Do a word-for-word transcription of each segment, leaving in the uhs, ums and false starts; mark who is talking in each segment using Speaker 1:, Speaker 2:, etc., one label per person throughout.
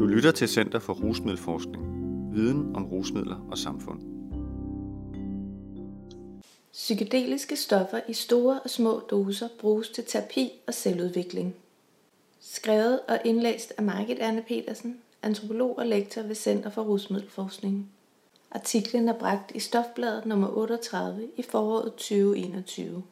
Speaker 1: lytter til Center for Rusmiddelforskning. Viden om rusmidler og samfund.
Speaker 2: Psykedeliske stoffer i store og små doser bruges til terapi og selvudvikling. Skrevet og indlæst af Margit Anne Petersen, antropolog og lektor ved Center for Rusmiddelforskning. Artiklen er bragt i Stofbladet nummer otteogtredive i foråret tyve enogtyve.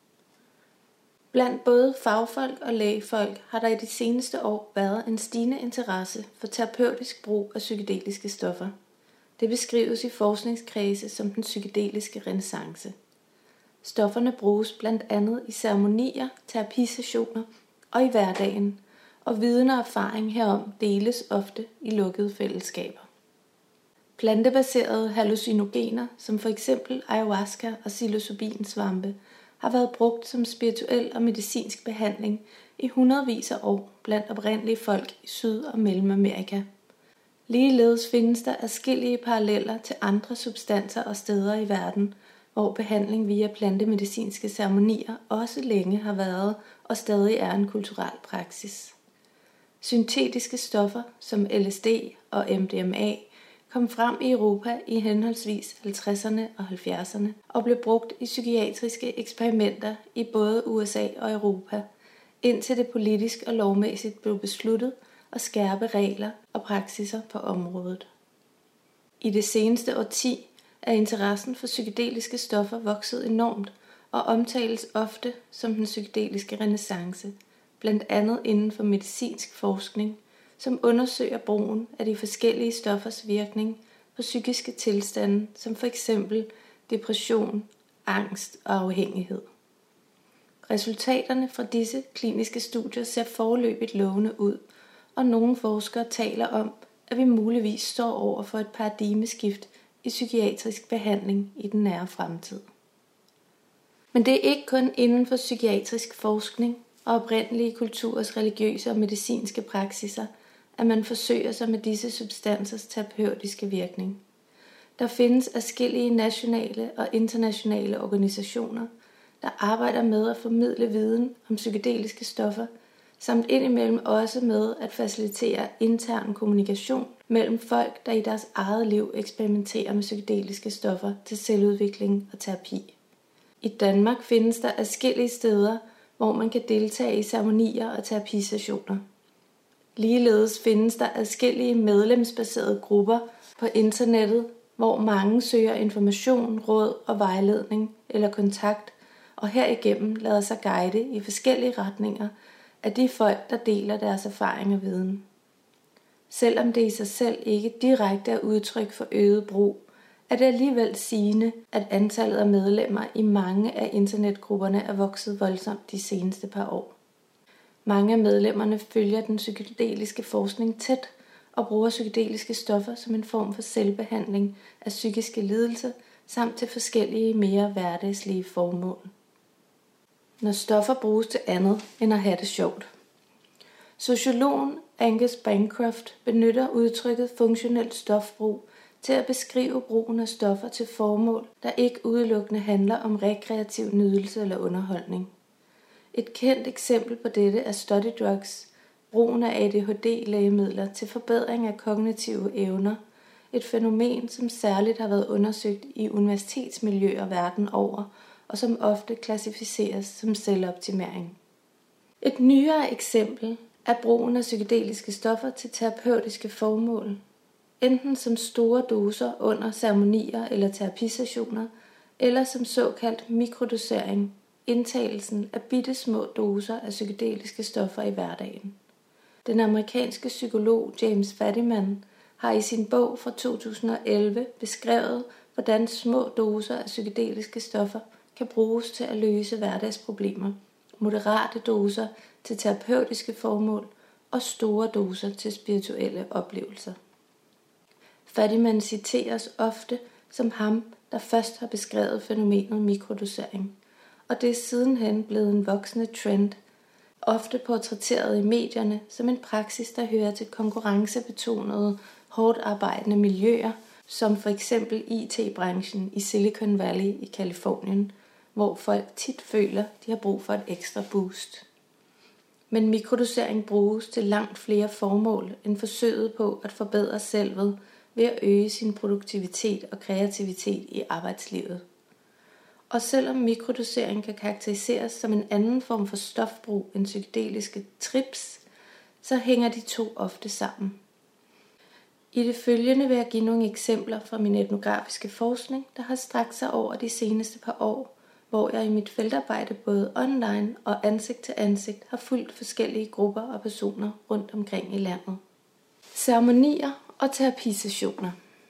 Speaker 2: Blandt både fagfolk og lægefolk har der i de seneste år været en stigende interesse for terapeutisk brug af psykedeliske stoffer. Det beskrives i forskningskredse som den psykedeliske renæssance. Stofferne bruges blandt andet i ceremonier, terapisessioner og i hverdagen, og viden og erfaring herom deles ofte i lukkede fællesskaber. Plantebaserede hallucinogener, som for eksempel ayahuasca og psilocybinsvampe, har været brugt som spirituel og medicinsk behandling i hundredvis af år blandt oprindelige folk i Syd- og Mellemamerika. Ligeledes findes der adskillige paralleller til andre substanser og steder i verden, hvor behandling via plantemedicinske ceremonier også længe har været og stadig er en kulturel praksis. Syntetiske stoffer som L S D og M D M A kom frem i Europa i henholdsvis halvtredserne og halvfjerdserne og blev brugt i psykiatriske eksperimenter i både U S A og Europa, indtil det politisk og lovmæssigt blev besluttet at skærpe regler og praksiser på området. I det seneste årti er interessen for psykedeliske stoffer vokset enormt og omtales ofte som den psykedeliske renæssance, blandt andet inden for medicinsk forskning, som undersøger brugen af de forskellige stoffers virkning på psykiske tilstande, som for eksempel depression, angst og afhængighed. Resultaterne fra disse kliniske studier ser foreløbigt lovende ud, og nogle forskere taler om, at vi muligvis står over for et paradigmeskift i psykiatrisk behandling i den nære fremtid. Men det er ikke kun inden for psykiatrisk forskning og oprindelige kulturers religiøse og medicinske praksiser, at man forsøger sig med disse substansers terapeutiske virkning. Der findes adskillige nationale og internationale organisationer, der arbejder med at formidle viden om psykedeliske stoffer, samt indimellem også med at facilitere intern kommunikation mellem folk, der i deres eget liv eksperimenterer med psykedeliske stoffer til selvudvikling og terapi. I Danmark findes der adskillige steder, hvor man kan deltage i ceremonier og terapisessioner. Ligeledes findes der adskillige medlemsbaserede grupper på internettet, hvor mange søger information, råd og vejledning eller kontakt, og herigennem lader sig guide i forskellige retninger af de folk, der deler deres erfaring og viden. Selvom det i sig selv ikke direkte er udtryk for øget brug, er det alligevel sigende, at antallet af medlemmer i mange af internetgrupperne er vokset voldsomt de seneste par år. Mange af medlemmerne følger den psykedeliske forskning tæt og bruger psykedeliske stoffer som en form for selvbehandling af psykiske lidelser samt til forskellige mere hverdagslige formål. Når stoffer bruges til andet end at have det sjovt. Sociologen Angus Bancroft benytter udtrykket funktionel stofbrug til at beskrive brugen af stoffer til formål, der ikke udelukkende handler om rekreativ nydelse eller underholdning. Et kendt eksempel på dette er study drugs, brugen af A D H D-lægemidler til forbedring af kognitive evner, et fænomen, som særligt har været undersøgt i universitetsmiljøer verden over, og som ofte klassificeres som selvoptimering. Et nyere eksempel er brugen af psykedeliske stoffer til terapeutiske formål, enten som store doser under ceremonier eller terapisessioner, eller som såkaldt mikrodosering, indtagelsen af bittesmå doser af psykedeliske stoffer i hverdagen. Den amerikanske psykolog James Fadiman har i sin bog fra to tusind og elleve beskrevet, hvordan små doser af psykedeliske stoffer kan bruges til at løse hverdagsproblemer, moderate doser til terapeutiske formål og store doser til spirituelle oplevelser. Fadiman citeres ofte som ham, der først har beskrevet fænomenet mikrodosering, og det er sidenhen blevet en voksende trend, ofte portrætteret i medierne som en praksis, der hører til konkurrencebetonede, hårdt arbejdende miljøer, som for eksempel I T-branchen i Silicon Valley i Californien, hvor folk tit føler, de har brug for et ekstra boost. Men mikrodosering bruges til langt flere formål end forsøget på at forbedre selvet ved at øge sin produktivitet og kreativitet i arbejdslivet. Og selvom mikrodosering kan karakteriseres som en anden form for stofbrug end psykedeliske trips, så hænger de to ofte sammen. I det følgende vil jeg give nogle eksempler fra min etnografiske forskning, der har strakt sig over de seneste par år, hvor jeg i mit feltarbejde både online og ansigt til ansigt har fulgt forskellige grupper og personer rundt omkring i landet. Ceremonier og terapisessioner.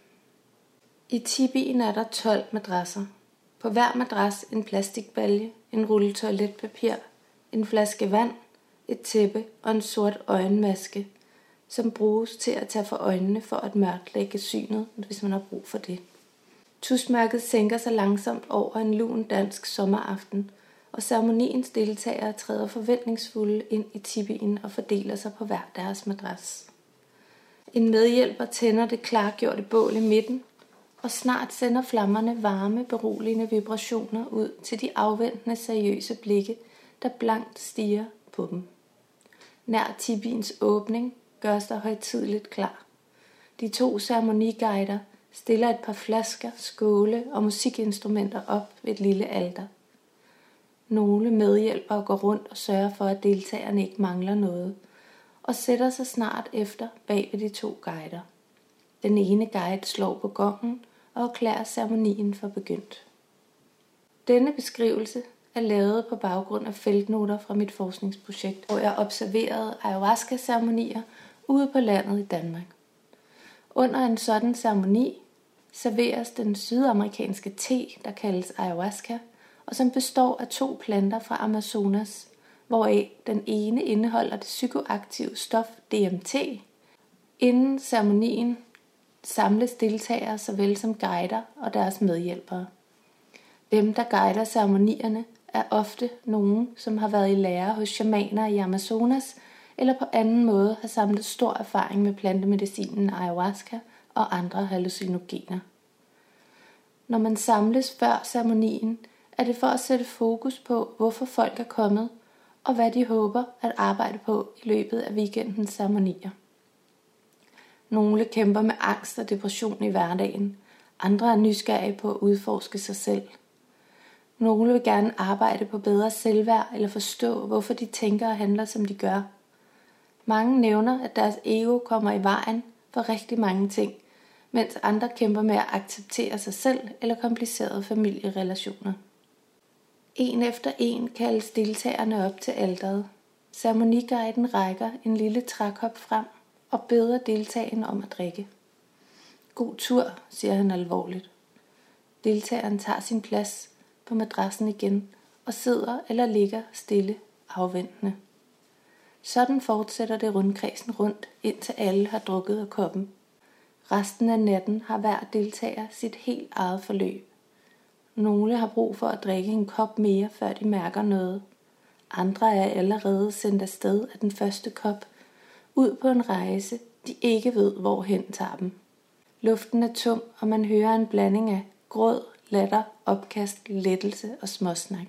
Speaker 2: I tibien er der tolv madrasser. På hver madras en plastikbalje, en rulle toiletpapir, en flaske vand, et tæppe og en sort øjenmaske, som bruges til at tage for øjnene for at mørklægge synet, hvis man har brug for det. Tusmørket sænker sig langsomt over en lun dansk sommeraften, og ceremoniens deltagere træder forventningsfulde ind i tibien og fordeler sig på hver deres madras. En medhjælper tænder det klargjorte bål i midten, og snart sender flammerne varme, beroligende vibrationer ud til de afventende, seriøse blikke, der blankt stiger på dem. Nær tibiens åbning gøres der højtideligt klar. De to ceremoniguider stiller et par flasker, skåle og musikinstrumenter op ved et lille alter. Nogle medhjælpere går rundt og sørger for, at deltagerne ikke mangler noget, og sætter sig snart efter bag ved de to guider. Den ene guide slår på gongen og erklærer ceremonien for begyndt. Denne beskrivelse er lavet på baggrund af feltnoter fra mit forskningsprojekt, hvor jeg observerede ayahuasca-ceremonier ude på landet i Danmark. Under en sådan ceremoni serveres den sydamerikanske te, der kaldes ayahuasca, og som består af to planter fra Amazonas, hvoraf den ene indeholder det psykoaktive stof D M T. Inden ceremonien samles deltagere såvel som guider og deres medhjælpere. Dem, der guider ceremonierne, er ofte nogen, som har været i lære hos shamaner i Amazonas, eller på anden måde har samlet stor erfaring med plantemedicinen ayahuasca og andre hallucinogener. Når man samles før ceremonien, er det for at sætte fokus på, hvorfor folk er kommet, og hvad de håber at arbejde på i løbet af weekendens ceremonier. Nogle kæmper med angst og depression i hverdagen, andre er nysgerrige på at udforske sig selv. Nogle vil gerne arbejde på bedre selvværd eller forstå, hvorfor de tænker og handler, som de gør. Mange nævner, at deres ego kommer i vejen for rigtig mange ting, mens andre kæmper med at acceptere sig selv eller komplicerede familierelationer. En efter en kaldes deltagerne op til alteret. Ceremoniguiden rækker en lille trækop frem og beder deltagerne om at drikke. God tur, siger han alvorligt. Deltageren tager sin plads på madrassen igen og sidder eller ligger stille afventende. Sådan fortsætter det rundkredsen rundt, indtil alle har drukket af koppen. Resten af natten har hver deltager sit helt eget forløb. Nogle har brug for at drikke en kop mere, før de mærker noget. Andre er allerede sendt afsted af den første kop, ud på en rejse, de ikke ved, hvorhen tager dem. Luften er tung, og man hører en blanding af gråd, latter, opkast, lettelse og småsnak.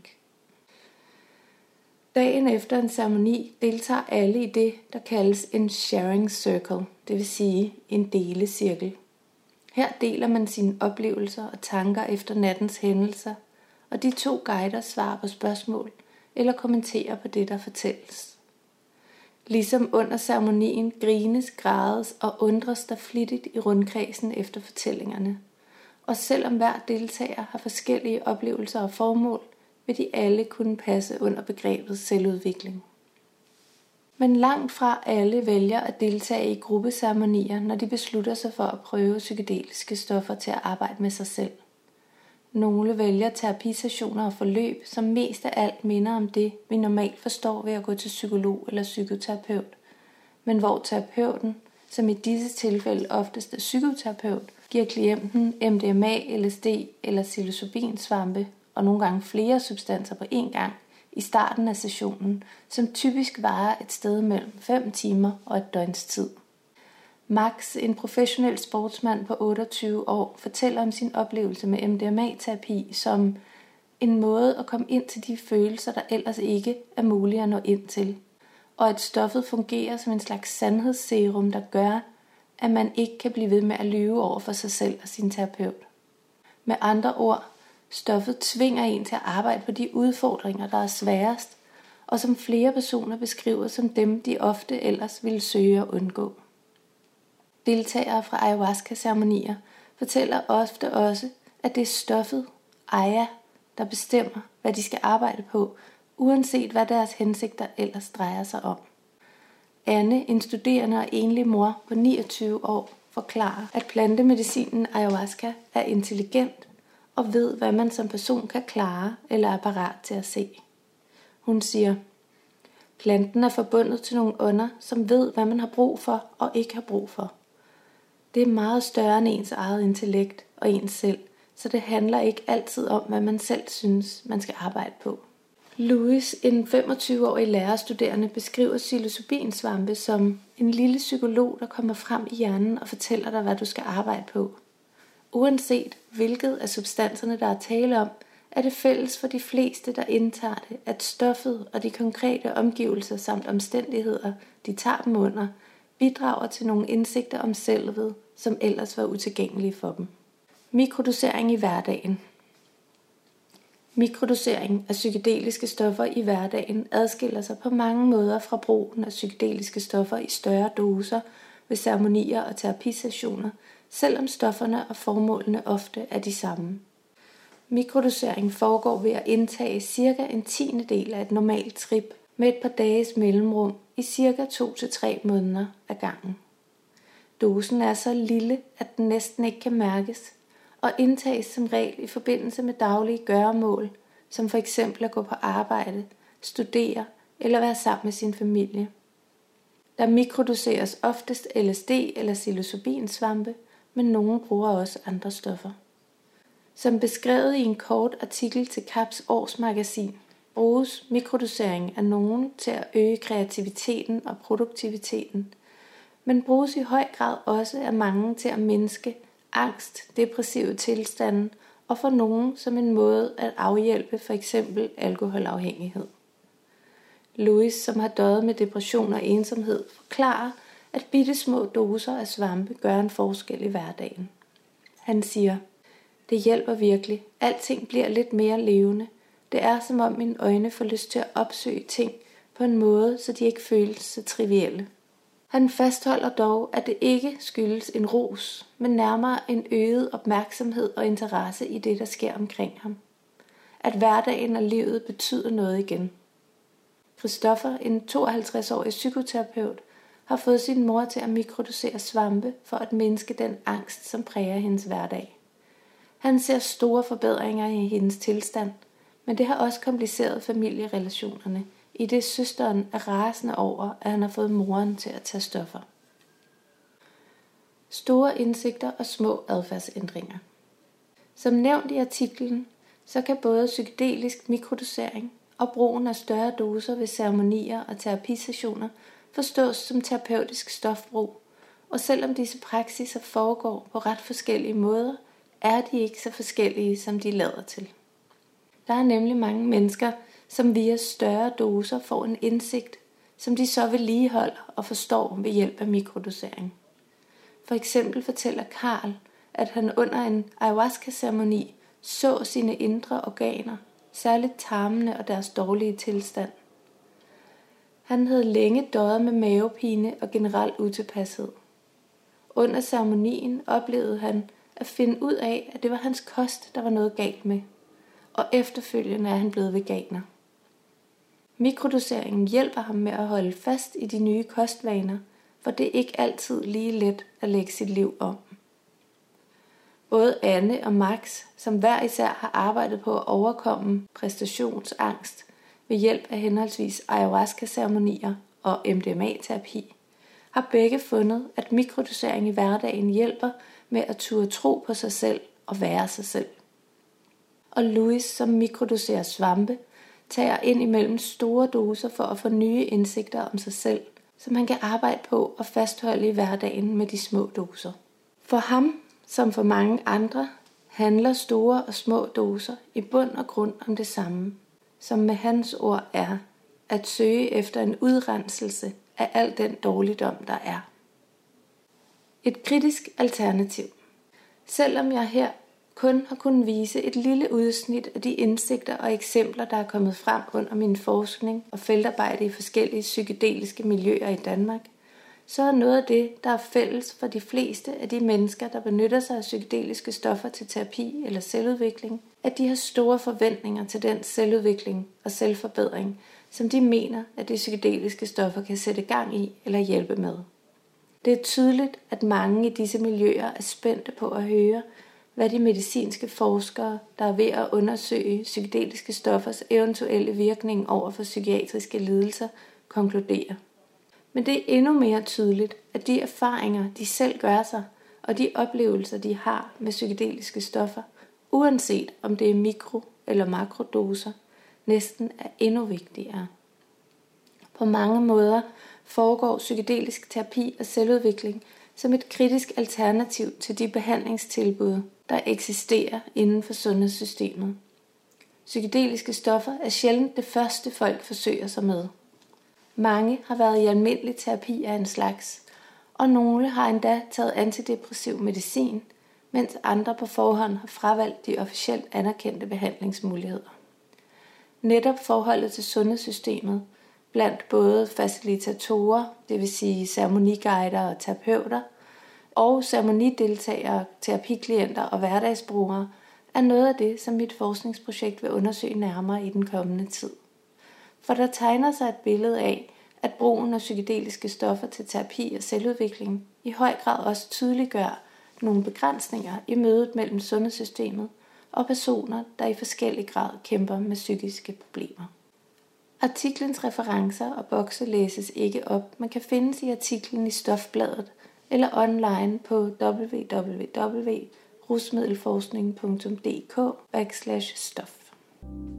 Speaker 2: Dagen efter en ceremoni deltager alle i det, der kaldes en sharing circle, det vil sige en delecirkel. Her deler man sine oplevelser og tanker efter nattens hændelser, og de to guider svarer på spørgsmål eller kommenterer på det, der fortælles. Ligesom under ceremonien grines, grædes og undres der flittigt i rundkredsen efter fortællingerne. Og selvom hver deltager har forskellige oplevelser og formål, vil de alle kunne passe under begrebet selvudvikling. Men langt fra alle vælger at deltage i gruppeceremonier, når de beslutter sig for at prøve psykedeliske stoffer til at arbejde med sig selv. Nogle vælger terapisessioner og forløb, som mest af alt minder om det, vi normalt forstår ved at gå til psykolog eller psykoterapeut, men hvor terapeuten, som i disse tilfælde oftest er psykoterapeut, giver klienten M D M A, L S D eller psilocybinsvampe og nogle gange flere substanser på én gang i starten af sessionen, som typisk varer et sted mellem fem timer og et døgns tid. Max, en professionel sportsmand på otteogtyve år, fortæller om sin oplevelse med M D M A-terapi som en måde at komme ind til de følelser, der ellers ikke er mulige at nå ind til. og at stoffet fungerer som en slags sandhedsserum, der gør, at man ikke kan blive ved med at lyve over for sig selv og sin terapeut. Med andre ord, stoffet tvinger en til at arbejde på de udfordringer, der er sværest, og som flere personer beskriver som dem, de ofte ellers ville søge at undgå. Deltagere fra ayahuasca-ceremonier fortæller ofte også, at det er stoffet, aya, der bestemmer, hvad de skal arbejde på, uanset hvad deres hensigter ellers drejer sig om. Anne, en studerende og enlig mor på niogtyve år, forklarer, at plantemedicinen ayahuasca er intelligent og ved, hvad man som person kan klare eller er parat til at se. Hun siger, planten er forbundet til nogle ånder, som ved, hvad man har brug for og ikke har brug for. Det er meget større end ens eget intellekt og ens selv, så det handler ikke altid om, hvad man selv synes, man skal arbejde på. Louis, en femogtyve-årig lærerstuderende, beskriver psilocybinsvampe som en lille psykolog, der kommer frem i hjernen og fortæller dig, hvad du skal arbejde på. Uanset hvilket af substanserne, der er tale om, er det fælles for de fleste, der indtager det, at stoffet og de konkrete omgivelser samt omstændigheder, de tager dem under, bidrager til nogle indsigter om selvet, som ellers var utilgængelige for dem. Mikrodosering i hverdagen. Mikrodosering af psykedeliske stoffer i hverdagen adskiller sig på mange måder fra brugen af psykedeliske stoffer i større doser ved ceremonier og terapisessioner, selvom stofferne og formålene ofte er de samme. Mikrodosering foregår ved at indtage cirka en tiende del af et normalt trip med et par dages mellemrum i cirka to til tre måneder ad gangen. Dosen er så lille, at den næsten ikke kan mærkes, og indtages som regel i forbindelse med daglige gøremål, som for eksempel at gå på arbejde, studere eller være sammen med sin familie. Der mikrodoseres oftest L S D eller psilocybinsvampe, men nogen bruger også andre stoffer. Som beskrevet i en kort artikel til C A P's årsmagasin, bruges mikrodosering af nogen til at øge kreativiteten og produktiviteten, men bruges i høj grad også af mange til at mindske angst, depressive tilstande og for nogen som en måde at afhjælpe for eksempel alkoholafhængighed. Louis, som har døjet med depression og ensomhed, forklarer, at bittesmå doser af svampe gør en forskel i hverdagen. Han siger, det hjælper virkelig. Alting bliver lidt mere levende. Det er som om mine øjne får lyst til at opsøge ting på en måde, så de ikke føles så trivielle. Han fastholder dog, at det ikke skyldes en rus, men nærmere en øget opmærksomhed og interesse i det, der sker omkring ham. At hverdagen og livet betyder noget igen. Christoffer, en tooghalvtreds-årig psykoterapeut, har fået sin mor til at mikrodosere svampe for at mindske den angst, som præger hendes hverdag. Han ser store forbedringer i hendes tilstand, men det har også kompliceret familierelationerne, i det søsteren er rasende over, at han har fået moren til at tage stoffer. Store indsigter og små adfærdsændringer. Som nævnt i artiklen, så kan både psykedelisk mikrodosering og brugen af større doser ved ceremonier og terapisessioner forstås som terapeutisk stofbrug, og selvom disse praksiser foregår på ret forskellige måder, er de ikke så forskellige, som de lader til. Der er nemlig mange mennesker, som via større doser får en indsigt, som de så vedligeholder og forstår ved hjælp af mikrodosering. For eksempel fortæller Karl, at han under en ayahuasca-ceremoni så sine indre organer, særligt tarmene og deres dårlige tilstand. Han havde længe døjet med mavepine og generel utilpashed. Under ceremonien oplevede han at finde ud af, at det var hans kost, der var noget galt med, og efterfølgende er han blevet veganer. Mikrodoseringen hjælper ham med at holde fast i de nye kostvaner, for det er ikke altid lige let at lægge sit liv om. Både Anne og Max, som hver især har arbejdet på at overkomme præstationsangst ved hjælp af henholdsvis ayahuasca-ceremonier og M D M A-terapi, har begge fundet, at mikrodosering i hverdagen hjælper med at turde tro på sig selv og være sig selv. Og Louis, som mikrodoserer svampe, tager ind imellem store doser for at få nye indsigter om sig selv, som han kan arbejde på og fastholde i hverdagen med de små doser. For ham, som for mange andre, handler store og små doser i bund og grund om det samme, som med hans ord er at søge efter en udrenselse af al den dårligdom, der er. Et kritisk alternativ. Selvom jeg her kun har kunnet vise et lille udsnit af de indsigter og eksempler, der er kommet frem under min forskning og feltarbejde i forskellige psykedeliske miljøer i Danmark, så er noget af det, der er fælles for de fleste af de mennesker, der benytter sig af psykedeliske stoffer til terapi eller selvudvikling, at de har store forventninger til den selvudvikling og selvforbedring, som de mener, at de psykedeliske stoffer kan sætte gang i eller hjælpe med. Det er tydeligt, at mange i disse miljøer er spændte på at høre, hvad de medicinske forskere, der er ved at undersøge psykedeliske stoffers eventuelle virkning over for psykiatriske lidelser, konkluderer. Men det er endnu mere tydeligt, at de erfaringer, de selv gør sig, og de oplevelser, de har med psykedeliske stoffer, uanset om det er mikro- eller makrodoser, næsten er endnu vigtigere. På mange måder foregår psykedelisk terapi og selvudvikling som et kritisk alternativ til de behandlingstilbud, der eksisterer inden for sundhedssystemet. Psykedeliske stoffer er sjældent det første, folk forsøger sig med. Mange har været i almindelig terapi af en slags, og nogle har endda taget antidepressiv medicin, mens andre på forhånd har fravalgt de officielt anerkendte behandlingsmuligheder. Netop forholdet til sundhedssystemet blandt både facilitatorer, det vil sige ceremoniguider og terapeuter, og ceremonideltagere, terapiklienter og hverdagsbrugere, er noget af det, som mit forskningsprojekt vil undersøge nærmere i den kommende tid. For der tegner sig et billede af, at brugen af psykedeliske stoffer til terapi og selvudvikling i høj grad også tydeliggør nogle begrænsninger i mødet mellem sundhedssystemet og personer, der i forskellig grad kæmper med psykiske problemer. Artiklens referencer og bokse læses ikke op, men kan findes i artiklen i Stofbladet eller online på w w w punktum rusmiddelforskning punktum d k backslash stof.